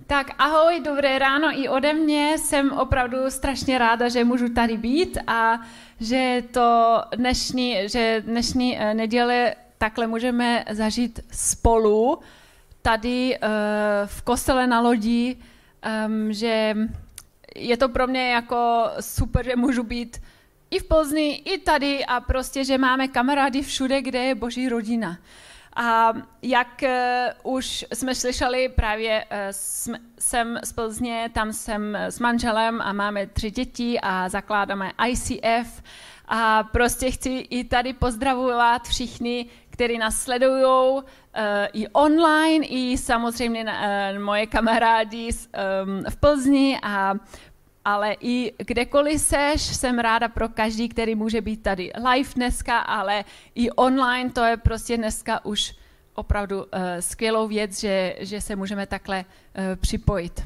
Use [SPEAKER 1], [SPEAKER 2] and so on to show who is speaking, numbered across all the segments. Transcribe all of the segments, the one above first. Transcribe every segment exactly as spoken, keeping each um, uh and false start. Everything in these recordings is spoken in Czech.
[SPEAKER 1] Tak ahoj, dobré ráno i ode mě. Jsem opravdu strašně ráda, že můžu tady být a že to dnešní, že dnešní neděle takhle můžeme zažít spolu tady uh, v kostele na Lodi, um, že je to pro mě jako super, že můžu být i v Plzni, i tady a prostě, že máme kamarády všude, kde je Boží rodina. A jak uh, už jsme slyšeli, právě uh, sm, jsem z Plzně, tam jsem s manželem a máme tři děti a zakládáme I C F a prostě chci i tady pozdravovat všichni, kteří nás sledují uh, i online, i samozřejmě uh, moje kamarádi um, v Plzni, a, ale i kdekoliv seš, jsem ráda pro každý, který může být tady live dneska, ale i online, to je prostě dneska už opravdu uh, skvělou věc, že, že se můžeme takhle uh, připojit.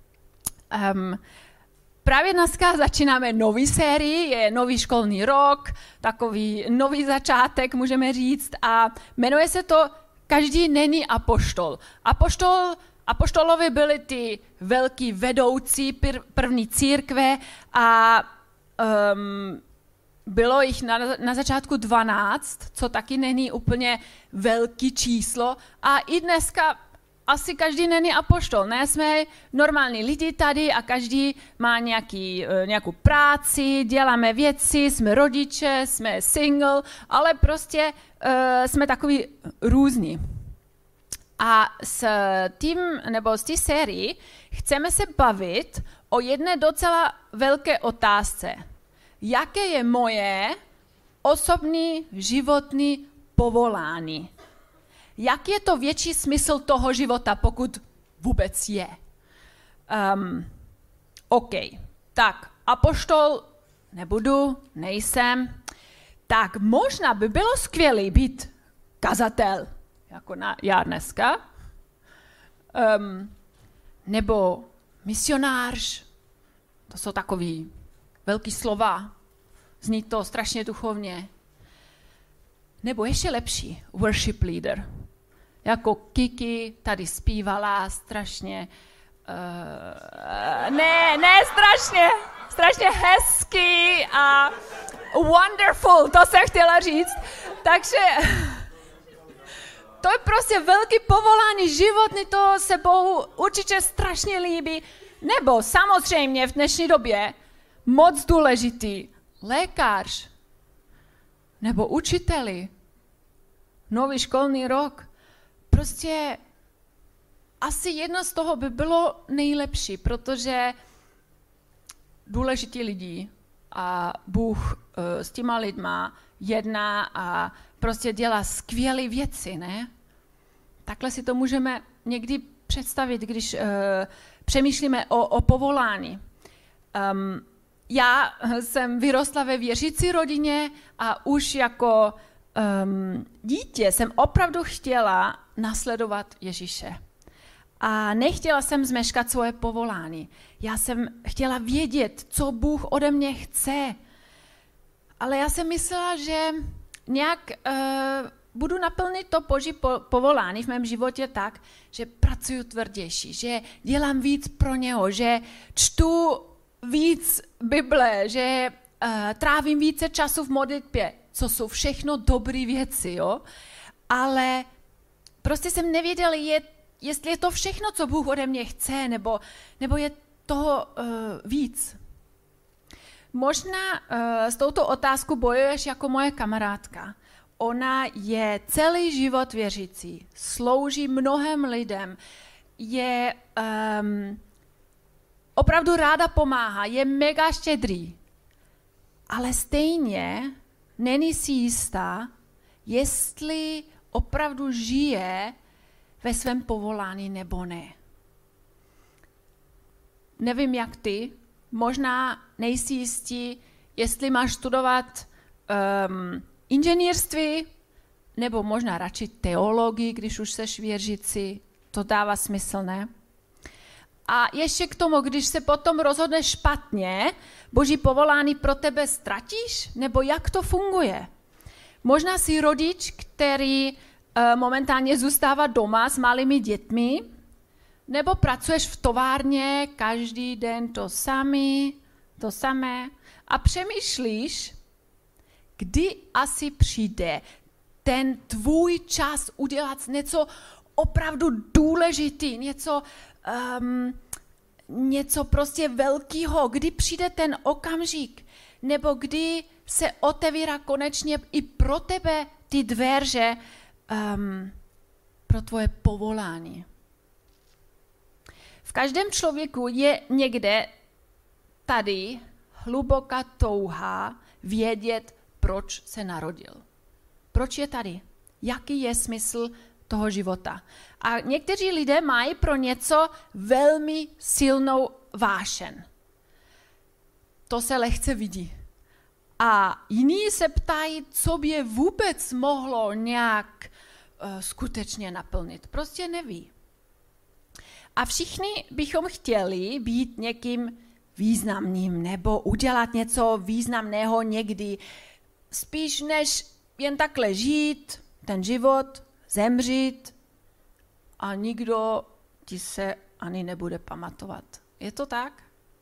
[SPEAKER 1] Um, Právě dneska začínáme nový sérii, je nový školní rok, takový nový začátek, můžeme říct, a jmenuje se to Každý není apoštol. Apoštol, apoštolovi byli ty velký vedoucí pr, první církve a um, bylo jich na, na začátku dvanáct, co taky není úplně velký číslo, a i dneska asi každý není apoštol, ne? Jsme normální lidi tady a každý má nějaký, nějakou práci, děláme věci, jsme rodiče, jsme single, ale prostě uh, jsme takový různí. A s tím, nebo z té sérii chceme se bavit o jedné docela velké otázce. Jaké je moje osobní životní povolání? Jak je to větší smysl toho života, pokud vůbec je? Um, OK, tak apoštol nebudu, nejsem. Tak možná by bylo skvělé být kazatel, jako na, já dneska, um, nebo misionář, to jsou takový velký slova, zní to strašně duchovně. Nebo ještě lepší, worship leader. Jako Kiki tady zpívala strašně, uh, ne, ne strašně, strašně hezky a wonderful, to jsem chtěla říct. Takže to je prostě velký povolání životní, to se Bohu určitě strašně líbí. Nebo samozřejmě v dnešní době moc důležitý lékař nebo učiteli. Nový školní rok. Prostě asi jedno z toho by bylo nejlepší, protože důležití lidi a Bůh uh, s těma lidma jedná a prostě dělá skvělé věci, ne? Takhle si to můžeme někdy představit, když uh, přemýšlíme o, o povolání. Um, já jsem vyrostla ve věřící rodině a už jako Um, dítě jsem opravdu chtěla nasledovat Ježíše. A nechtěla jsem zmeškat svoje povolání. Já jsem chtěla vědět, co Bůh ode mě chce. Ale já jsem myslela, že nějak uh, budu naplnit to Boží po- povolání v mém životě tak, že pracuju tvrdější, že dělám víc pro něho, že čtu víc Bible, že uh, trávím více času v modlitbě, co jsou všechno dobré věci, jo? Ale prostě jsem nevěděla, je, jestli je to všechno, co Bůh ode mě chce, nebo, nebo je toho uh, víc. Možná uh, s touto otázkou bojuješ jako moje kamarádka. Ona je celý život věřící, slouží mnohem lidem, je um, opravdu ráda pomáhá, je mega štědrý, ale stejně není si jistá, jestli opravdu žije ve svém povolání nebo ne. Nevím, jak ty, možná nejsi jistý, jestli máš studovat um, inženýrství, nebo možná radši teologii, když už seš věřící, to dává smysl, ne? A ještě k tomu, když se potom rozhodneš špatně, Boží povolání pro tebe ztratíš? Nebo jak to funguje? Možná jsi rodič, který uh, momentálně zůstává doma s malými dětmi Nebo pracuješ v továrně každý den to samé, to samé a přemýšlíš, kdy asi přijde ten tvůj čas udělat něco opravdu důležitý, něco, um, něco prostě velkého, kdy přijde ten okamžik, nebo kdy se otevírá konečně i pro tebe ty dveře um, pro tvoje povolání. V každém člověku je někde tady hluboká touha vědět, proč se narodil. Proč je tady? Jaký je smysl toho života? A někteří lidé mají pro něco velmi silnou vášeň. To se lehce vidí. A jiní se ptají, co by je vůbec mohlo nějak uh, skutečně naplnit. Prostě neví. A všichni bychom chtěli být někým významným nebo udělat něco významného někdy. Spíš než jen takhle žít, ten život, zemřít a nikdo ti se ani nebude pamatovat. Je to tak?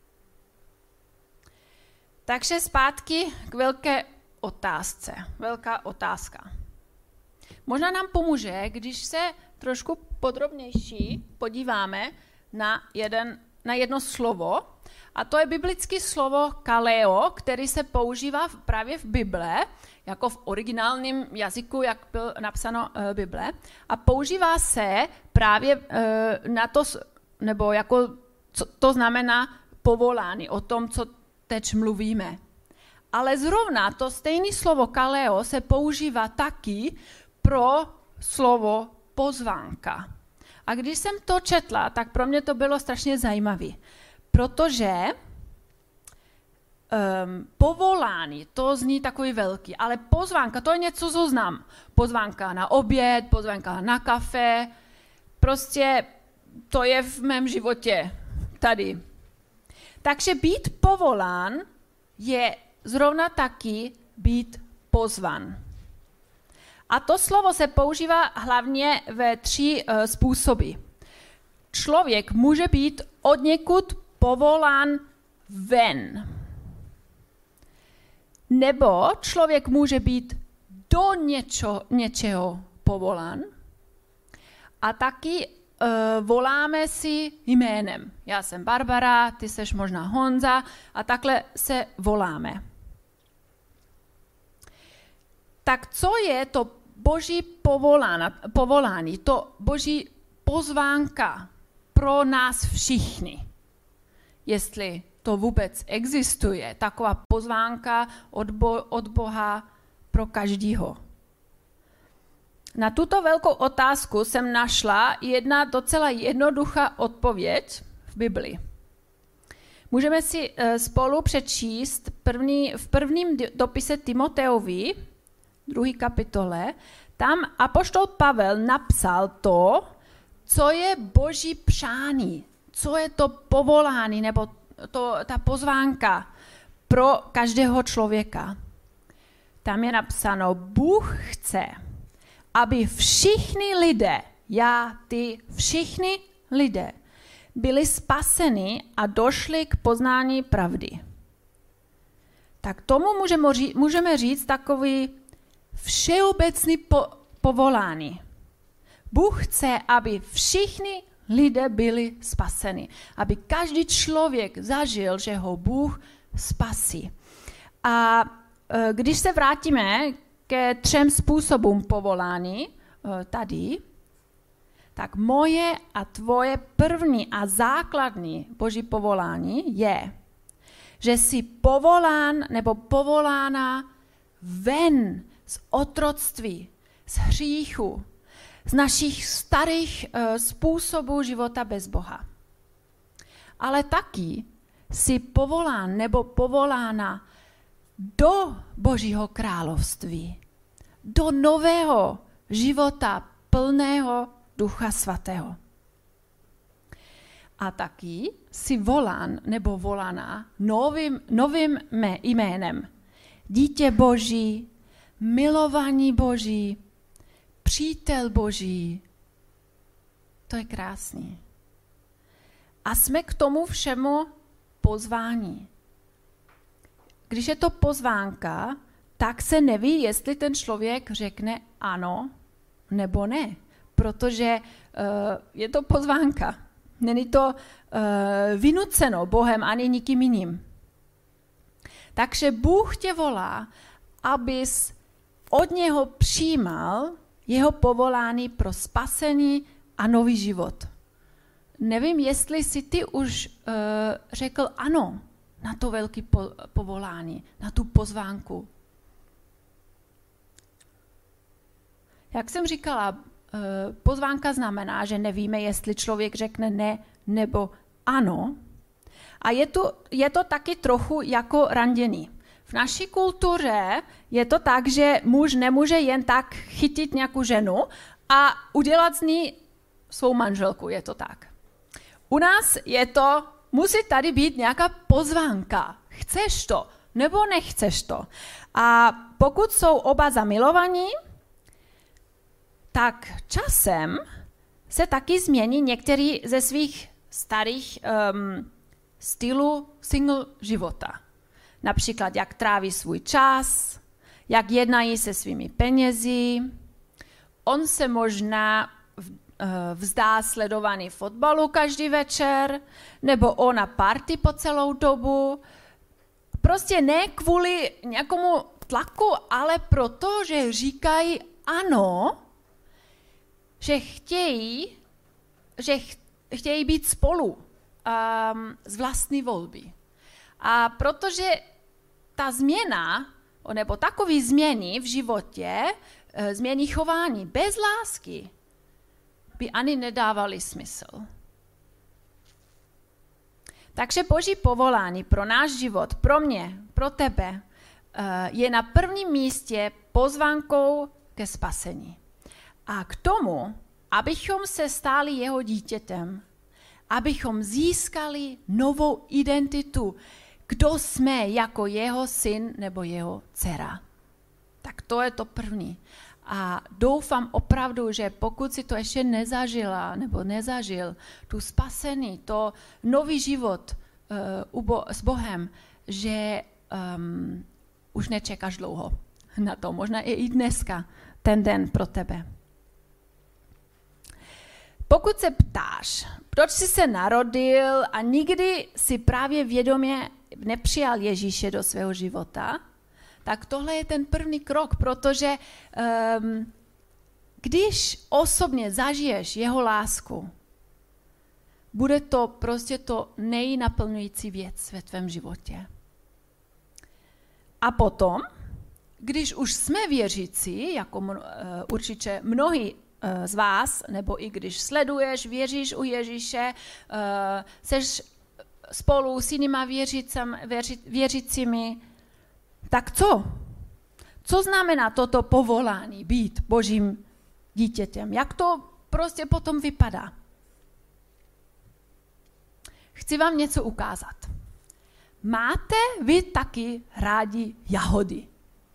[SPEAKER 1] Takže zpátky k velké otázce. Velká otázka. Možná nám pomůže, když se trošku podrobnější podíváme na, jeden, na jedno slovo, a to je biblické slovo kaleo, který se používá právě v Bible, jako v originálním jazyku, jak byl napsáno uh, Bible, a používá se právě uh, na to, nebo jako, co to znamená povolání, o tom, co teď mluvíme. Ale zrovna to stejné slovo kaleo se používá taky pro slovo pozvánka. A když jsem to četla, tak pro mě to bylo strašně zajímavé, protože um, povolání, to zní takový velký, ale pozvánka, to je něco, co znám. Pozvánka na oběd, pozvánka na kafe, prostě to je v mém životě tady. Takže být povolán je zrovna taky být pozvan. A to slovo se používá hlavně ve tři uh, způsoby. Člověk může být odněkud povolán ven. Nebo člověk může být do něčo, něčeho povolán. A taky uh, voláme si jménem. Já jsem Barbara, ty seš možná Honza a takhle se voláme. Tak co je to boží povolání, to boží pozvánka pro nás všichni? Jestli to vůbec existuje, taková pozvánka od, bo, od Boha pro každýho. Na tuto velkou otázku jsem našla jedna docela jednoduchá odpověď v Bibli. Můžeme si spolu přečíst první, v prvním dopise Timoteovi, druhé kapitole, tam apoštol Pavel napsal to, co je boží přání, co je to povolání, nebo to, ta pozvánka pro každého člověka. Tam je napsáno, Bůh chce, aby všichni lidé, já, ty, všichni lidé, byli spaseni a došli k poznání pravdy. Tak tomu můžeme říct, můžeme říct takový všeobecný po, povolání. Bůh chce, aby všichni lidé byli spaseni. Aby každý člověk zažil, že ho Bůh spasí. A když se vrátíme ke třem způsobům povolání tady, tak moje a tvoje první a základní boží povolání je, že jsi povolán nebo povolána ven z otroctví, z hříchu, z našich starých uh, způsobů života bez Boha. Ale taky jsi povolán nebo povolána do Božího království, do nového života plného Ducha Svatého. A taky jsi volán nebo volaná novým, novým jménem. Dítě Boží, milovaní Boží, přítel Boží. To je krásný. A jsme k tomu všemu pozvání. Když je to pozvánka, tak se neví, jestli ten člověk řekne ano nebo ne, protože uh, je to pozvánka. Není to uh, vynuceno Bohem ani nikým jiným. Takže Bůh tě volá, abys od něho přijímal jeho povolání pro spasení a nový život. Nevím, jestli si ty už uh, řekl ano na to velké po, povolání, na tu pozvánku. Jak jsem říkala, uh, pozvánka znamená, že nevíme, jestli člověk řekne ne nebo ano. A je to, je to taky trochu jako randění. V naší kultuře je to tak, že muž nemůže jen tak chytit nějakou ženu a udělat z ní svou manželku, je to tak. U nás je to, musí tady být nějaká pozvánka. Chceš to, nebo nechceš to. A pokud jsou oba zamilovaní, tak časem se taky změní některý ze svých starých um, stylů single života. Například, jak tráví svůj čas, jak jednají se svými penězi. On se možná vzdá sledování fotbalu každý večer, nebo ona party po celou dobu. Prostě ne kvůli nějakému tlaku, ale proto, že říkají ano, že chtějí, že chtějí být spolu um, z vlastní volby. A protože ta změna, nebo takové změny v životě, změny chování bez lásky, by ani nedávaly smysl. Takže Boží povolání pro náš život, pro mě, pro tebe, je na prvním místě pozvánkou ke spasení. A k tomu, abychom se stali jeho dítětem, abychom získali novou identitu, kdo jsme jako jeho syn nebo jeho dcera. Tak to je to první. A doufám opravdu, že pokud si to ještě nezažila nebo nezažil, tu spasení, to nový život uh, bo- s Bohem, že um, už nečekáš dlouho na to. Možná je i dneska ten den pro tebe. Pokud se ptáš, proč jsi se narodil a nikdy si právě vědomě nepřijal Ježíše do svého života, tak tohle je ten první krok, protože um, když osobně zažiješ jeho lásku, bude to prostě to nejnaplňující věc ve tvém životě. A potom, když už jsme věřící, jako uh, určitě mnohí uh, z vás, nebo i když sleduješ, věříš u Ježíše, uh, seš spolu s jinýma věřícím, věři, věřícími, tak co? Co znamená toto povolání být Božím dítětem? Jak to prostě potom vypadá? Chci vám něco ukázat. Máte vy taky rádi jahody?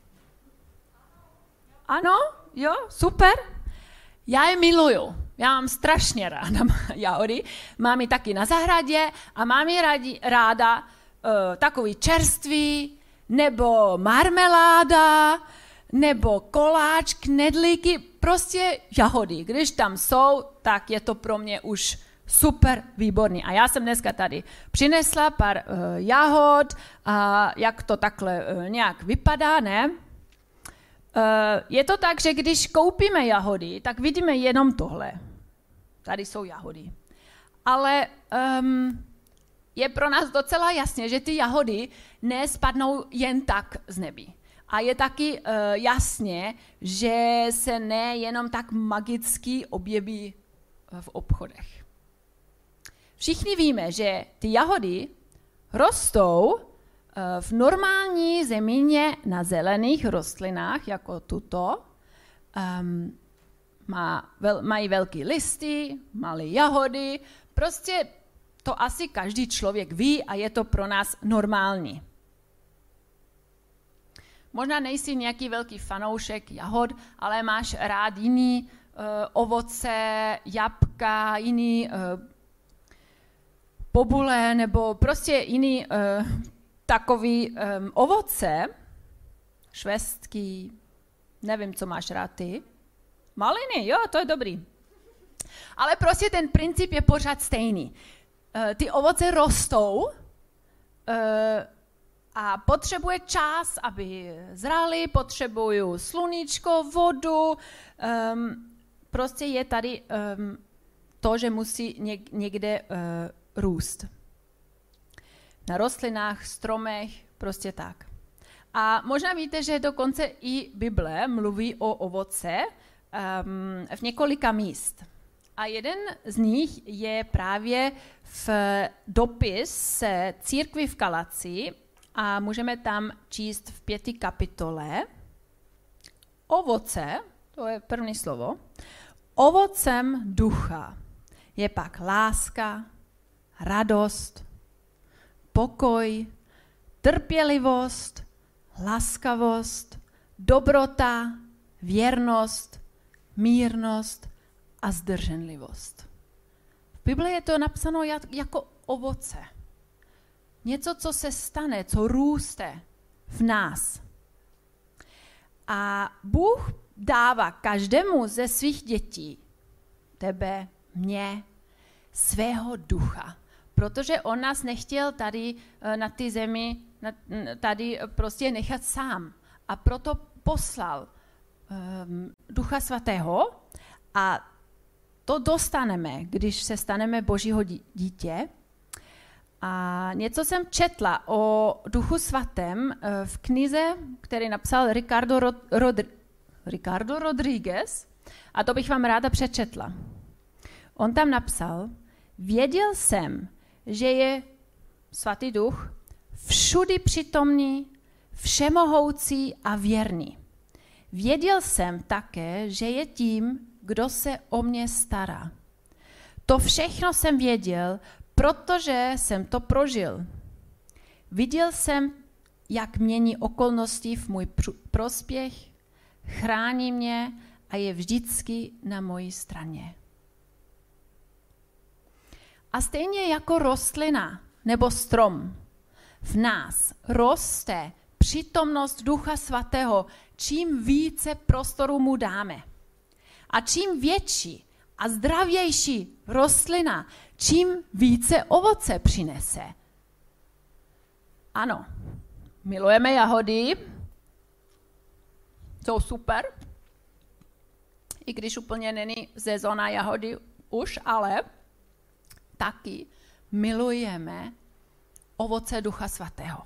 [SPEAKER 1] Ano? Jo? Super? Já je miluju. Já mám strašně ráda jahody. Mám je taky na zahradě a mám je rádi, ráda uh, takový čerstvý, nebo marmeláda, nebo koláč, knedlíky, prostě jahody. Když tam jsou, tak je to pro mě už super výborný. A já jsem dneska tady přinesla pár uh, jahod, a jak to takhle uh, nějak vypadá, ne? Uh, je to tak, že když koupíme jahody, tak vidíme jenom tohle. Tady jsou jahody. Ale um, je pro nás docela jasně, že ty jahody nespadnou jen tak z nebi. A je taky uh, jasně, že se ne jenom tak magicky objeví v obchodech. Všichni víme, že ty jahody rostou uh, v normální zemině na zelených rostlinách, jako tuto. Um, má, vel, mají velké listy, malé jahody, prostě to asi každý člověk ví a je to pro nás normální. Možná nejsi nějaký velký fanoušek jahod, ale máš rád jiný uh, ovoce, jabka, jiný uh, bobule nebo prostě jiný uh, takový um, ovoce, švestky, nevím, co máš rád ty. Maliny, jo, to je dobrý. Ale prostě ten princip je pořád stejný. Uh, ty ovoce rostou uh, a potřebuje čas, aby zrali, potřebují sluníčko, vodu. Um, prostě je tady um, to, že musí něk- někde uh, růst. Na rostlinách, stromech, prostě tak. A možná víte, že dokonce i Bible mluví o ovoce um, v několika míst. A jeden z nich je právě v dopis církvi v Galacii a můžeme tam číst v pěti kapitole. Ovoce, to je první slovo, ovocem ducha je pak láska, radost, pokoj, trpělivost, laskavost, dobrota, věrnost, mírnost a zdrženlivost. V Bibli je to napsáno jako ovoce. Něco, co se stane, co růste v nás. A Bůh dává každému ze svých dětí, tebe, mě, svého ducha. Protože on nás nechtěl tady na té zemi tady prostě nechat sám. A proto poslal um, Ducha Svatého a to dostaneme, když se staneme Božího dítě. A něco jsem četla o Duchu Svatém v knize, který napsal Ricardo, Rod, Rodri, Ricardo Rodriguez, a to bych vám ráda přečetla. On tam napsal, věděl jsem, že je Svatý Duch všudy přítomný, všemohoucí a věrný. Věděl jsem také, že je tím, kdo se o mě stará. To všechno jsem věděl, protože jsem to prožil. Viděl jsem, jak mění okolnosti v můj prospěch, chrání mě a je vždycky na mojí straně. A stejně jako rostlina nebo strom, v nás roste přítomnost Ducha Svatého, čím více prostoru mu dáme. A čím větší a zdravější rostlina, čím více ovoce přinese. Ano, milujeme jahody, jsou super, i když úplně není sezóna jahody už, ale taky milujeme ovoce Ducha Svatého.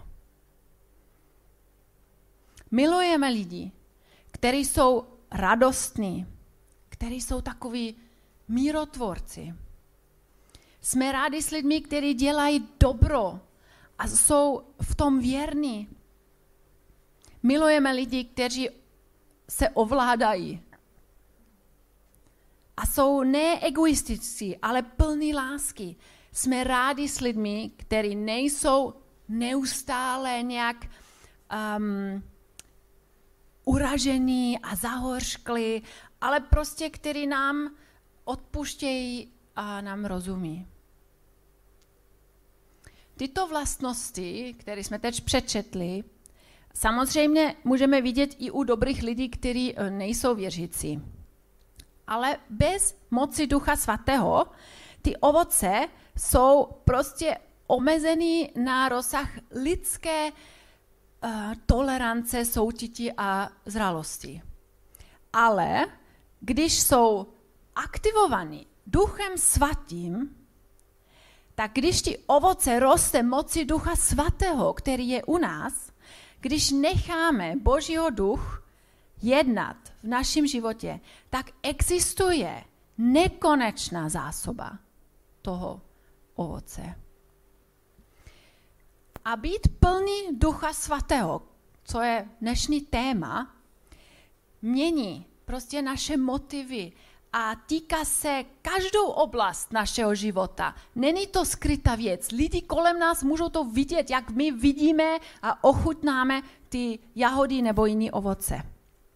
[SPEAKER 1] Milujeme lidi, kteří jsou radostní, kteří jsou takoví mírotvorci. Jsme rádi s lidmi, kteří dělají dobro a jsou v tom věrní. Milujeme lidi, kteří se ovládají a jsou neegoističtí, ale plní lásky. Jsme rádi s lidmi, kteří nejsou neustále nějak um, uražení a zahořklí, ale prostě, kteří nám odpuštějí a nám rozumí. Tyto vlastnosti, které jsme teď přečetli, samozřejmě můžeme vidět i u dobrých lidí, kteří nejsou věřící. Ale bez moci Ducha Svatého ty ovoce jsou prostě omezený na rozsah lidské uh, tolerance, souciti a zralosti. Ale když jsou aktivovaní Duchem Svatým, tak když ty ovoce roste moci Ducha Svatého, který je u nás, když necháme Božího duch jednat v našem životě, tak existuje nekonečná zásoba toho ovoce. A být plný Ducha Svatého, co je dnešní téma, mění prostě naše motivy a týká se každou oblast našeho života. Není to skrytá věc. Lidi kolem nás můžou to vidět, jak my vidíme a ochutnáme ty jahody nebo jiné ovoce.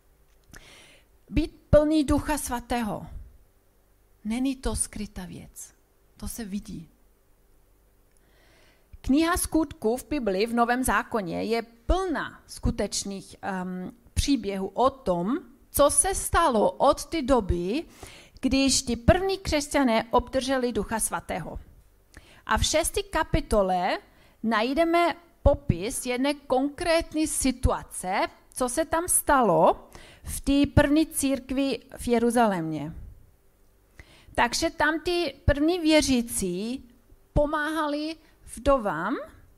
[SPEAKER 1] Být plný Ducha Svatého. Není to skrytá věc. To se vidí. Kniha Skutků v Bibli v Novém zákoně je plná skutečných um, příběhů o tom, co se stalo od té doby, když ti první křesťané obdrželi Ducha Svatého. A v šesté kapitole najdeme popis jedné konkrétní situace, co se tam stalo v té první církvi v Jeruzalémě. Takže tam ty první věřící pomáhali vdovám,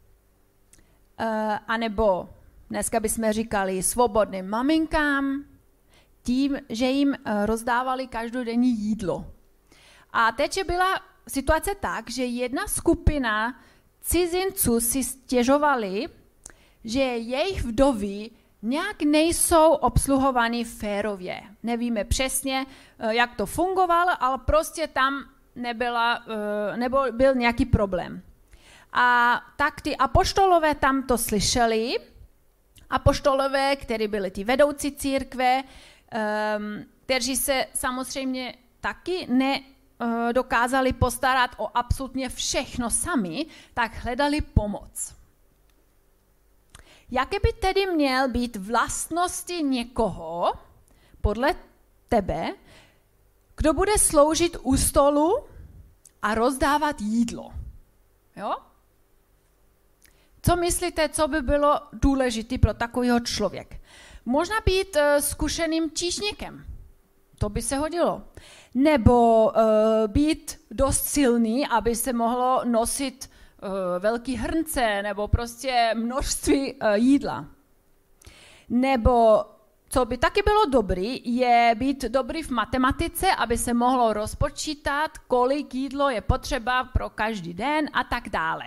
[SPEAKER 1] anebo dneska bychom říkali svobodným maminkám, tím, že jim rozdávali každodenní jídlo. A teď byla situace tak, že jedna skupina cizinců si stěžovali, že jejich vdovy nějak nejsou obsluhovány férově. Nevíme přesně, jak to fungovalo, ale prostě tam nebyla, nebo byl nějaký problém. A tak ty apoštolové tam to slyšeli, apoštolové, kteří byli ty vedoucí církve, kteří se samozřejmě taky nedokázali postarat o absolutně všechno sami, tak hledali pomoc. Jaké by tedy měl být vlastnosti někoho, podle tebe, kdo bude sloužit u stolu a rozdávat jídlo? Jo? Co myslíte, co by bylo důležité pro takového člověka? Možná být uh, zkušeným číšníkem. To by se hodilo. Nebo uh, být dost silný, aby se mohlo nosit uh, velký hrnce, nebo prostě množství uh, jídla. Nebo, co by taky bylo dobrý, je být dobrý v matematice, aby se mohlo rozpočítat, kolik jídlo je potřeba pro každý den a tak dále.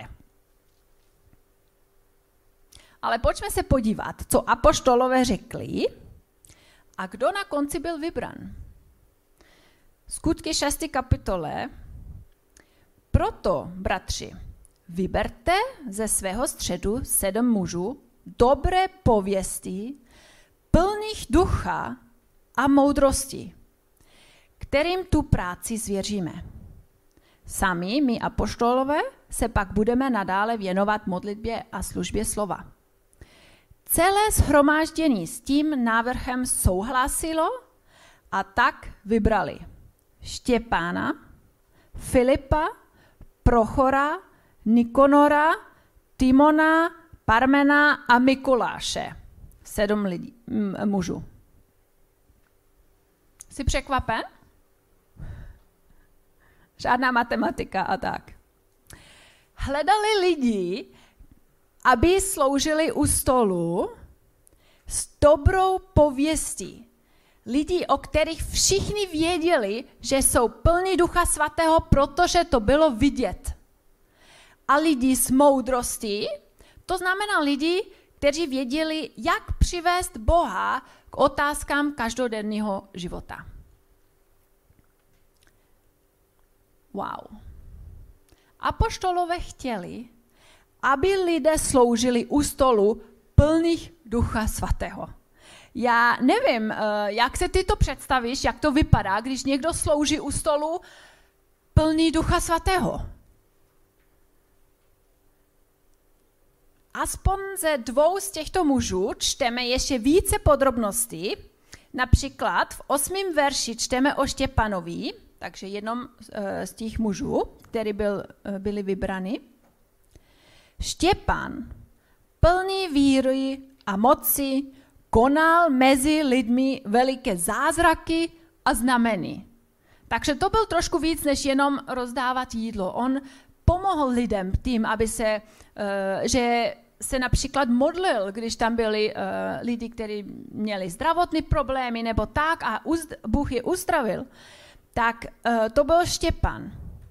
[SPEAKER 1] Ale pojďme se podívat, co apoštolové řekli a kdo na konci byl vybran. Skutky šesté kapitole. Proto, bratři, vyberte ze svého středu sedm mužů, dobré pověsti, plných ducha a moudrosti, kterým tu práci zvěříme. Sami, my apoštolové, se pak budeme nadále věnovat modlitbě a službě slova. Celé shromáždění s tím návrhem souhlasilo a tak vybrali Štěpána, Filipa, Prochora, Nikonora, Timona, Parmena a Mikuláše. Sedm lidí, m- mužů. Jsi překvapen? Žádná matematika a tak. Hledali lidi, aby sloužili u stolu s dobrou pověstí. Lidi, o kterých všichni věděli, že jsou plní Ducha Svatého, protože to bylo vidět. A lidi s moudrostí, to znamená lidi, kteří věděli, jak přivést Boha k otázkám každodenního života. Wow. Apoštolové chtěli, aby lidé sloužili u stolu plných Ducha Svatého. Já nevím, jak se ty to představíš, jak to vypadá, když někdo slouží u stolu plný Ducha Svatého. Aspoň ze dvou z těchto mužů čteme ještě více podrobností. Například v osmém verši čteme o Štěpanovi, takže jednom z těch mužů, který byl, byli vybrani. Štěpán, plný víry a moci, konal mezi lidmi veliké zázraky a znameny. Takže to byl trošku víc, než jenom rozdávat jídlo. On pomohl lidem tím, aby se, uh, že se například modlil, když tam byli uh, lidi, kteří měli zdravotní problémy nebo tak a uzd- Bůh je uzdravil. Tak uh, to byl Štěpán.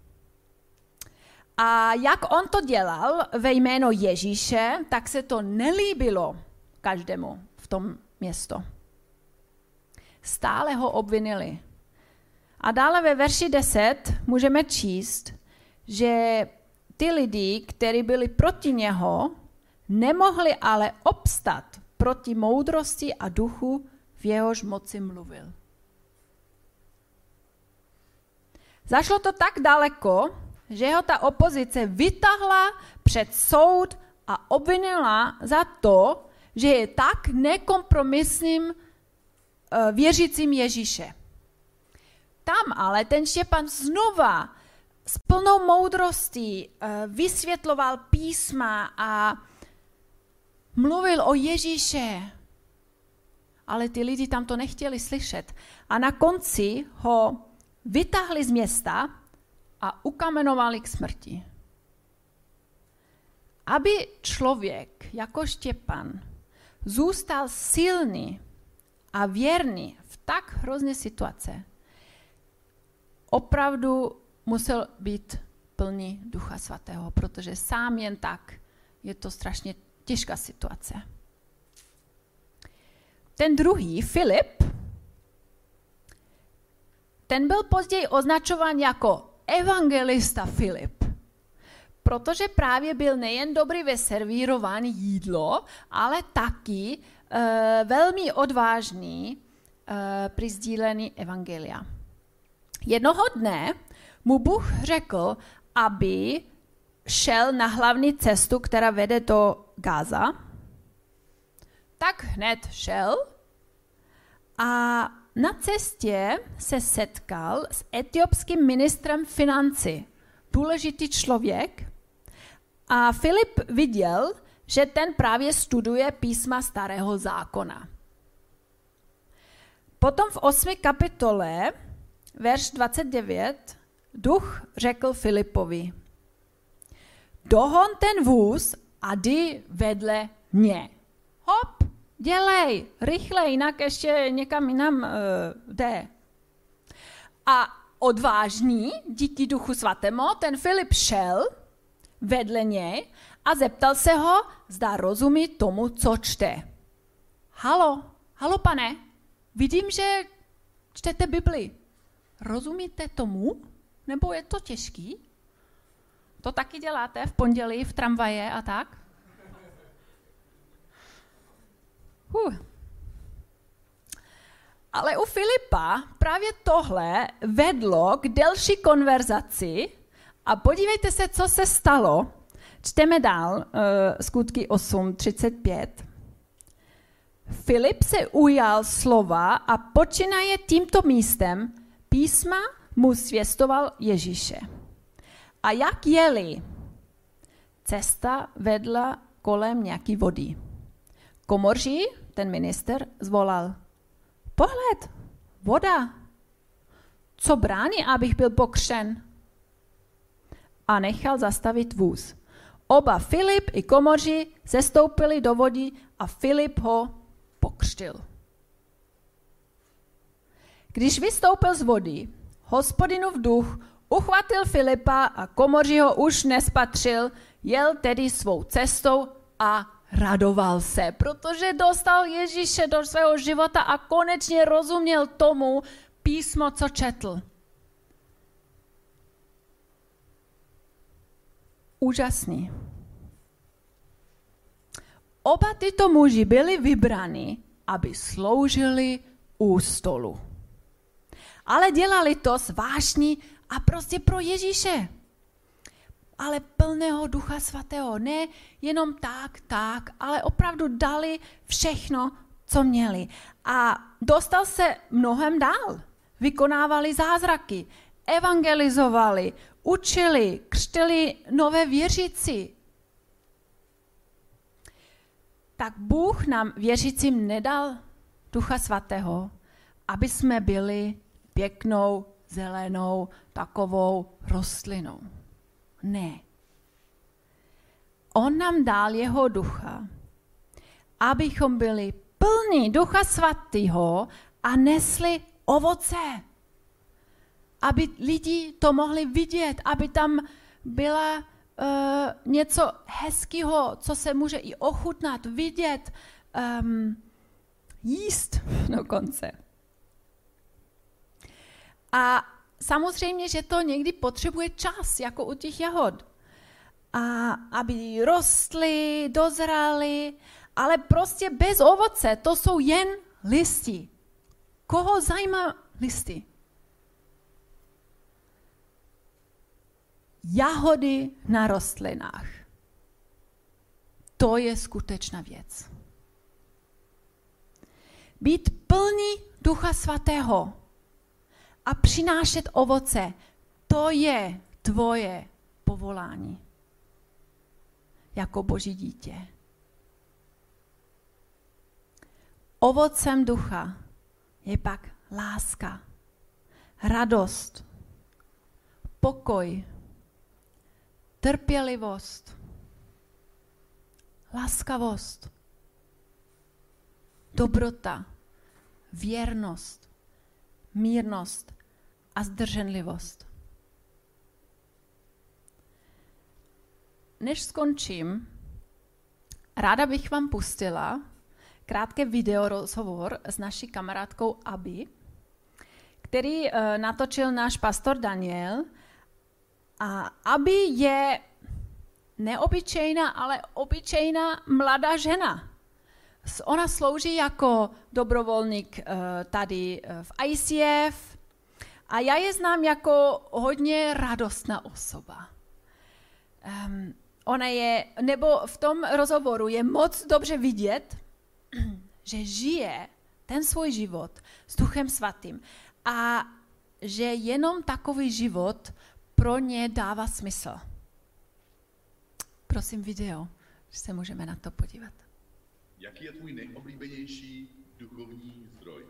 [SPEAKER 1] A jak on to dělal ve jméno Ježíše, tak se to nelíbilo každému v tom město. Stále ho obvinili. A dále ve verši deset můžeme číst, že ty lidi, kteří byli proti něho, nemohli ale obstat proti moudrosti a duchu, v jehož moci mluvil. Zašlo to tak daleko, že ho ta opozice vytahla před soud a obvinila za to, že je tak nekompromisním věřícím Ježíše. Tam ale ten Štěpán znova s plnou moudrostí vysvětloval písma a mluvil o Ježíše. Ale ty lidi tam to nechtěli slyšet. A na konci ho vytáhli z města a ukamenovali k smrti. Aby člověk jako Štěpán zůstal silný a věrný v tak hrozné situace, opravdu musel být plný Ducha Svatého, protože sám jen tak je to strašně těžká situace. Ten druhý, Filip, ten byl později označován jako evangelista Filip, protože právě byl nejen dobrý ve servírování jídlo, ale taky uh, velmi odvážný uh, při sdílení evangelia. Jednoho dne mu Bůh řekl, aby šel na hlavní cestu, která vede do Gaza. Tak hned šel a na cestě se setkal s etiopským ministrem financí. Důležitý člověk. A Filip viděl, že ten právě studuje písma Starého zákona. Potom v osmé kapitole, verš dvacet devět, Duch řekl Filipovi: dohon ten vůz a jdi vedle mě. Hop, dělej, rychle, jinak ještě někam jinam uh, jde. A odvážný, díky Duchu Svatému, ten Filip šel vedle něj a zeptal se ho, zda rozumí tomu, co čte. Halo, halo pane, vidím, že čtete Bibli. Rozumíte tomu? Nebo je to těžký? To taky děláte v pondělí v tramvaje a tak? Huh. Ale u Filipa právě tohle vedlo k delší konverzaci a podívejte se, co se stalo. Čteme dál, uh, skutky osm třicet pět. Filip se ujal slova a počínaje tímto místem písma mu zvěstoval Ježíše. A jak jeli? Cesta vedla kolem nějaký vody. Komoří, ten minister, zvolal: pohled, voda. Co brání, abych byl pokřen? A nechal zastavit vůz. Oba Filip i komoří sestoupili do vody a Filip ho pokřtil. Když vystoupil z vody, Hospodinův duch uchvatil Filipa a komoří ho už nespatřil, jel tedy svou cestou a radoval se, protože dostal Ježíše do svého života a konečně rozuměl tomu písmo, co četl. Úžasný. Oba tyto muži byli vybraní, aby sloužili u stolu. Ale dělali to s vášní a prostě pro Ježíše. Ale plného Ducha Svatého. Ne jenom tak, tak, ale opravdu dali všechno, co měli. A dostal se mnohem dál. Vykonávali zázraky, evangelizovali, učili, křtili nové věřící. Tak Bůh nám věřícím nedal Ducha Svatého, aby jsme byli pěknou, zelenou, takovou rostlinou. Ne. On nám dal jeho ducha, abychom byli plní Ducha Svatého a nesli ovoce. Aby lidi to mohli vidět, aby tam byla uh, něco hezkého, co se může i ochutnat, vidět, um, jíst dokonce. A samozřejmě, že to někdy potřebuje čas, jako u těch jahod. A aby rostly, dozraly, ale prostě bez ovoce, to jsou jen listy. Koho zajímá listy? jahody na rostlinách. To je skutečná věc. Být plný Ducha Svatého a přinášet ovoce, to je tvoje povolání jako Boží dítě. Ovocem ducha je pak láska, radost, pokoj, trpělivost, laskavost, dobrota, věrnost, mírnost a zdrženlivost. Než skončím, ráda bych vám pustila krátké video rozhovor s naší kamarádkou Abi, který uh, natočil náš pastor Daniel. A Abi je neobyčejná, ale obyčejná mladá žena. Ona slouží jako dobrovolník uh, tady uh, v I C F a já je znám jako hodně radostná osoba. Um, ona je, nebo v tom rozhovoru je moc dobře vidět, že žije ten svůj život s Duchem Svatým a že jenom takový život pro ně dává smysl. Prosím video, že se můžeme na to podívat.
[SPEAKER 2] Jaký je tvůj nejoblíbenější duchovní zdroj?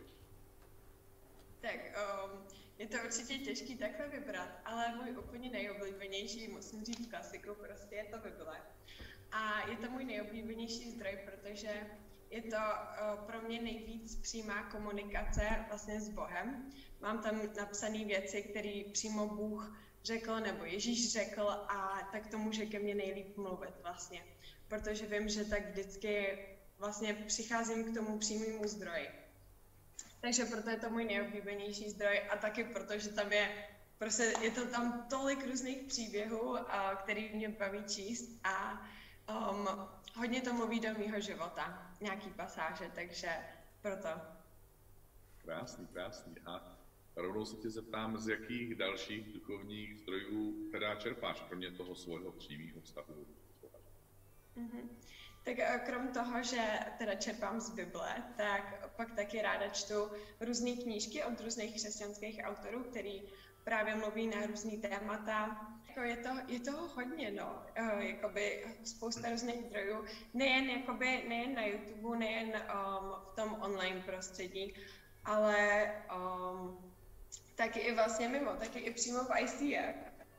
[SPEAKER 3] Tak um, je to určitě těžký takhle vybrat, ale můj úplně nejoblíbenější, musím říct klasiku, prostě je to Bible. A je to můj nejoblíbenější zdroj, protože je to uh, pro mě nejvíc přímá komunikace vlastně s Bohem. Mám tam napsané věci, které přímo Bůh řekl nebo Ježíš řekl a tak to může ke mně nejlíp mluvit vlastně. Protože vím, že tak vždycky vlastně přicházím k tomu přímému zdroji. Takže proto je to můj nejoblíbenější zdroj a taky proto, že tam je, prostě je to tam tolik různých příběhů, a, který mě baví číst a um, hodně to mluví do mýho života, nějaký pasáže, takže proto.
[SPEAKER 2] Krásný, krásný. A rovnou se tě zeptám, z jakých dalších duchovních zdrojů teda čerpáš, kromě toho svého přímého vztahu?
[SPEAKER 3] Mm-hmm. Tak krom toho, že teda čerpám z Bible, tak pak taky ráda čtu různé knížky od různých křesťanských autorů, který právě mluví na různý témata. Jako je, to, je toho hodně, no. Jakoby spousta různých zdrojů. Nejen, jakoby, nejen na YouTube, nejen um, v tom online prostředí, ale um, taky i vlastně mimo, taky i přímo v I C F.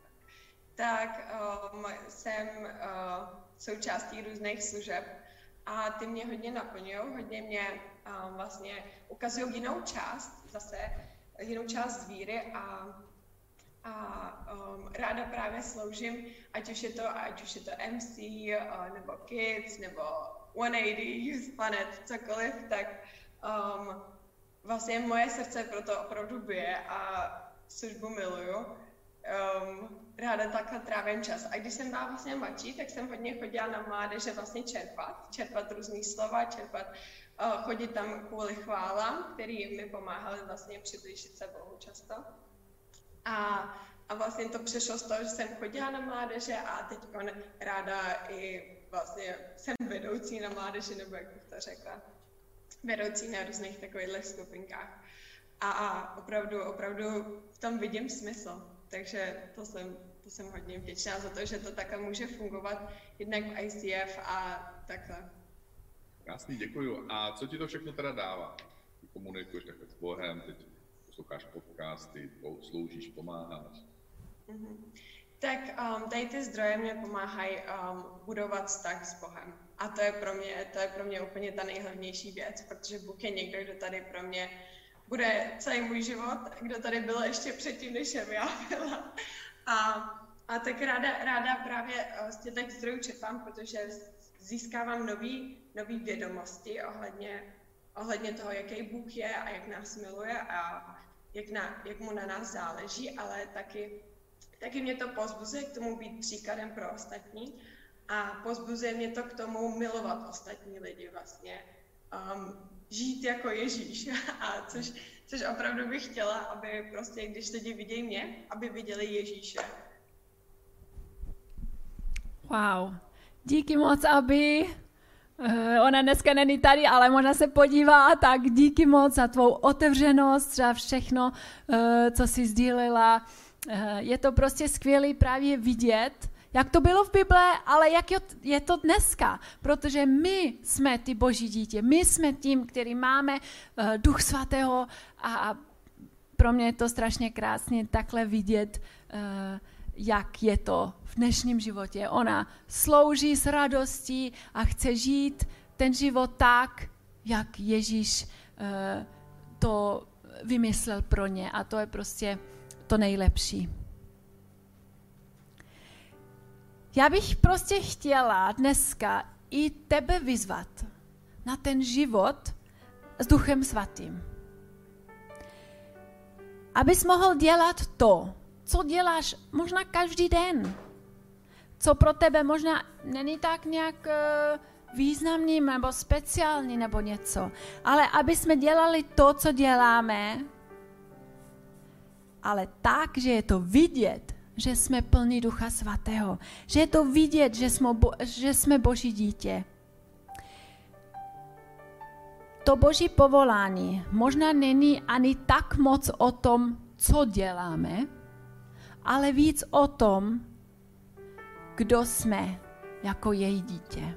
[SPEAKER 3] Tak um, jsem uh, součástí různých služeb a ty mě hodně naplňují, hodně mě um, vlastně ukazují jinou část, zase jinou část víry a, a um, ráda právě sloužím, ať už je to, ať už je to M C, uh, nebo Kids, nebo sto osmdesát, Youth Planet, cokoliv, tak um, vlastně moje srdce proto opravdu bije a službu miluju. Um, ráda takhle trávím čas. A když jsem byla vlastně mladší, tak jsem hodně chodila na mládeže vlastně čerpat, čerpat různý slova, čerpat, uh, chodit tam kvůli chválám, který mi pomáhaly vlastně přiblížit se Bohu často. A, a vlastně to přešlo z toho, že jsem chodila na mládeže a teď ráda i vlastně jsem vedoucí na mládeži, nebo jak bych to řekla, vedoucí na různých takových skupinkách. A, a opravdu, opravdu v tom vidím smysl. Takže to jsem, to jsem hodně vděčná za to, že to takhle může fungovat jednak v I C F a takhle.
[SPEAKER 2] Krásný, děkuju. A co ti to všechno teda dává? Ty komunikuješ takhle s Bohem, teď posloucháš podcasty, sloužíš, pomáháš.
[SPEAKER 3] Mm-hmm. Tak um, tady ty zdroje mě pomáhají um, budovat vztah s Bohem. A to je pro mě, to je pro mě úplně ta nejhlavnější věc, protože Bůh je někdo, kdo tady pro mě bude celý můj život, kdo tady byl ještě předtím, než jsem já byla. A, a tak ráda, ráda právě z těch zdrojů čerpám, protože získávám nový, nový vědomosti ohledně, ohledně toho, jaký Bůh je a jak nás miluje a jak, na, jak mu na nás záleží, ale taky, taky mě to pozbuzuje k tomu být příkladem pro ostatní a pozbuzuje mě to k tomu milovat ostatní lidi vlastně. Um, žít jako Ježíš, a což, což opravdu bych chtěla, aby prostě, když lidi vidějí mě, aby viděli Ježíše.
[SPEAKER 1] Wow. Díky moc, Aby. Ona dneska není tady, ale možná se podívá, tak díky moc za tvou otevřenost, za všechno, co jsi sdílela. Je to prostě skvělé právě vidět, jak to bylo v Bible, ale jak je to dneska, protože my jsme ty Boží dítě, my jsme tím, který máme Duch Svatého a pro mě je to strašně krásně takhle vidět, jak je to v dnešním životě. Ona slouží s radostí a chce žít ten život tak, jak Ježíš to vymyslel pro ně a to je prostě to nejlepší. Já bych prostě chtěla dneska i tebe vyzvat na ten život s Duchem Svatým. Abys mohl dělat to, co děláš možná každý den. Co pro tebe možná není tak nějak uh, významný nebo speciální nebo něco. Ale aby jsme dělali to, co děláme, ale tak, že je to vidět, že jsme plní Ducha Svatého. Že je to vidět, že jsme, bo, že jsme Boží dítě. To Boží povolání možná není ani tak moc o tom, co děláme, ale víc o tom, kdo jsme jako její dítě.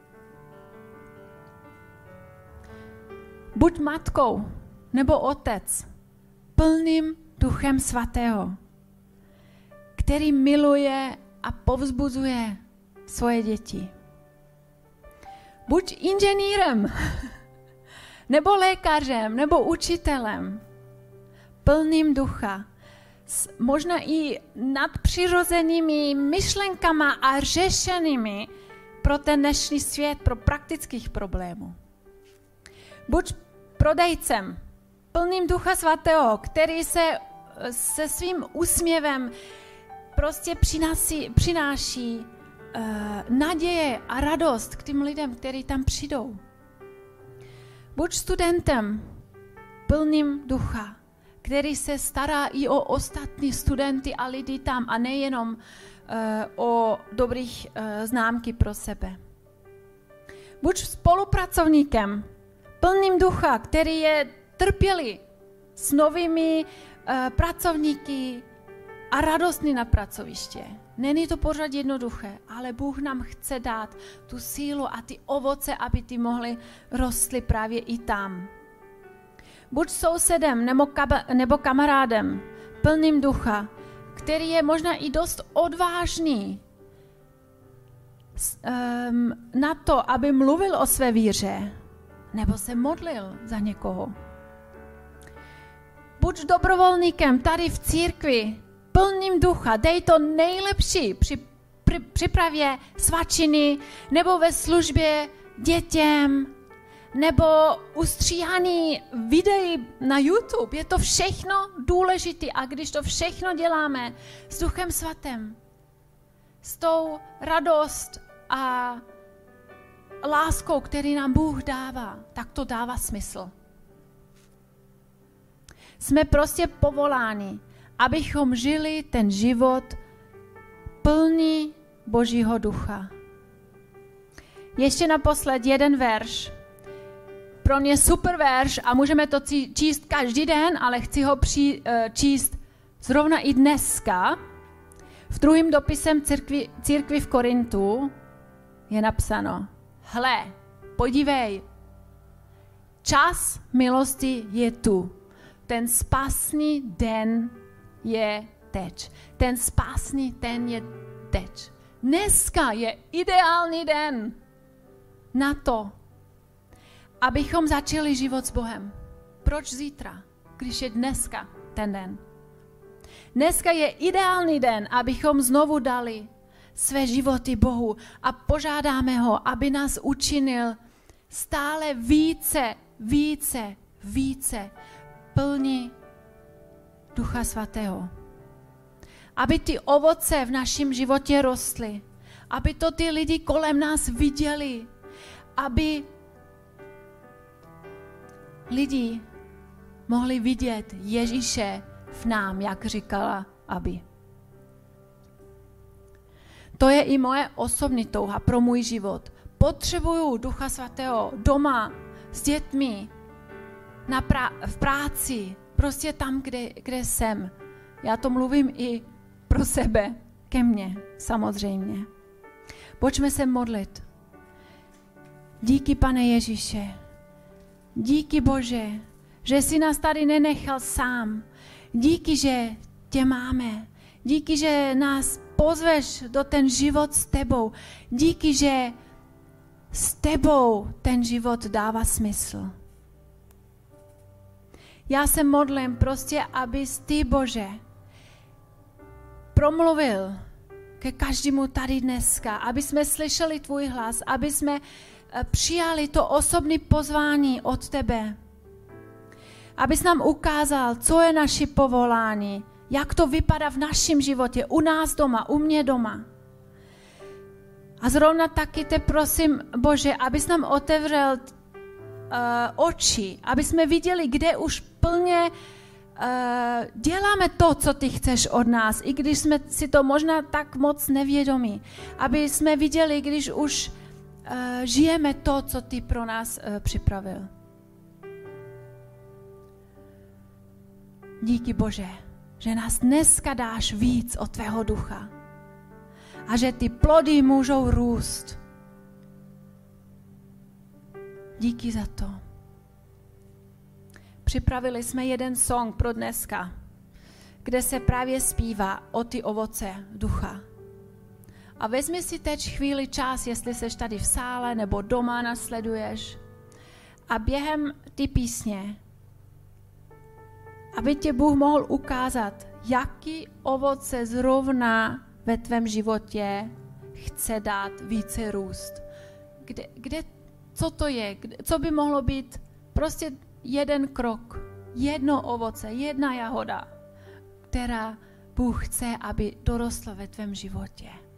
[SPEAKER 1] Buď matkou nebo otec plným Duchem Svatého, který miluje a povzbuzuje svoje děti. Buď inženýrem, nebo lékařem, nebo učitelem, plným ducha, s možná i nadpřirozenými myšlenkama a řešenými pro ten dnešní svět, pro praktických problémů. Buď prodejcem, plným Ducha Svatého, který se se svým úsměvem prostě přináší, přináší uh, naděje a radost k těm lidem, kteří tam přijdou. Buď studentem plným ducha, který se stará i o ostatní studenty a lidi tam a nejenom uh, o dobrých uh, známky pro sebe. Buď spolupracovníkem plným ducha, který je trpělý s novými uh, pracovníky a radostný na pracoviště. Není to pořád jednoduché, ale Bůh nám chce dát tu sílu a ty ovoce, aby ty mohly rostly právě i tam. Buď sousedem nebo, kaba, nebo kamarádem plným ducha, který je možná i dost odvážný um, na to, aby mluvil o své víře nebo se modlil za někoho. Buď dobrovolníkem tady v církvi, plným ducha, dej to nejlepší při, při připravě svačiny nebo ve službě dětem nebo ustříhaný videí na YouTube. Je to všechno důležité a když to všechno děláme s Duchem Svatým, s tou radost a láskou, který nám Bůh dává, tak to dává smysl. Jsme prostě povoláni, abychom žili ten život plný Božího ducha. Ještě naposled jeden verš. Pro mě super verš a můžeme to číst každý den, ale chci ho při, uh, číst zrovna i dneska. V druhém dopisem církvi, církvi v Korintu je napsáno: Hle, podívej, čas milosti je tu. Ten spásný den je teď. Ten spásný den je teď. Dneska je ideální den na to, abychom začali život s Bohem. Proč zítra, když je dneska ten den? Dneska je ideální den, abychom znovu dali své životy Bohu a požádáme ho, aby nás učinil stále více, více, více plní Ducha Svatého. Aby ty ovoce v našem životě rostly, aby to ty lidi kolem nás viděli, aby lidi mohli vidět Ježíše v nám, jak říkala Aby. to je i moje osobní touha pro můj život. Potřebuju Ducha Svatého doma, s dětmi, na prá- v práci, prostě tam, kde, kde jsem. Já to mluvím i pro sebe, ke mně, samozřejmě. Pojďme se modlit. Díky, Pane Ježíše. Díky, Bože, že jsi nás tady nenechal sám. Díky, že tě máme. Díky, že nás pozveš do ten život s tebou. Díky, že s tebou ten život dává smysl. Já se modlím prostě, abys ty, Bože, promluvil ke každému tady dneska, aby jsme slyšeli tvůj hlas, aby jsme přijali to osobní pozvání od tebe. Abys nám ukázal, co je naše povolání, jak to vypadá v našem životě, u nás doma, u mě doma. A zrovna taky te prosím, Bože, abys nám otevřel uh, oči, aby jsme viděli, kde už plně uh, děláme to, co ty chceš od nás, i když jsme si to možná tak moc nevědomí. Aby jsme viděli, když už uh, žijeme to, co ty pro nás uh, připravil. Díky, Bože, že nás dneska dáš víc od tvého ducha. A že ty plody můžou růst. Díky za to. Připravili jsme jeden song pro dneska, kde se právě zpívá o ty ovoce ducha. A vezmi si teď chvíli čas, jestli seš tady v sále nebo doma nasleduješ. A během ty písně, aby tě Bůh mohl ukázat, jaký ovoce zrovna ve tvém životě chce dát více růst. Kde, kde, co to je? Kde, co by mohlo být? Prostě jeden krok, jedno ovoce, jedna jahoda, která Bůh chce, aby dorostla ve tvém životě.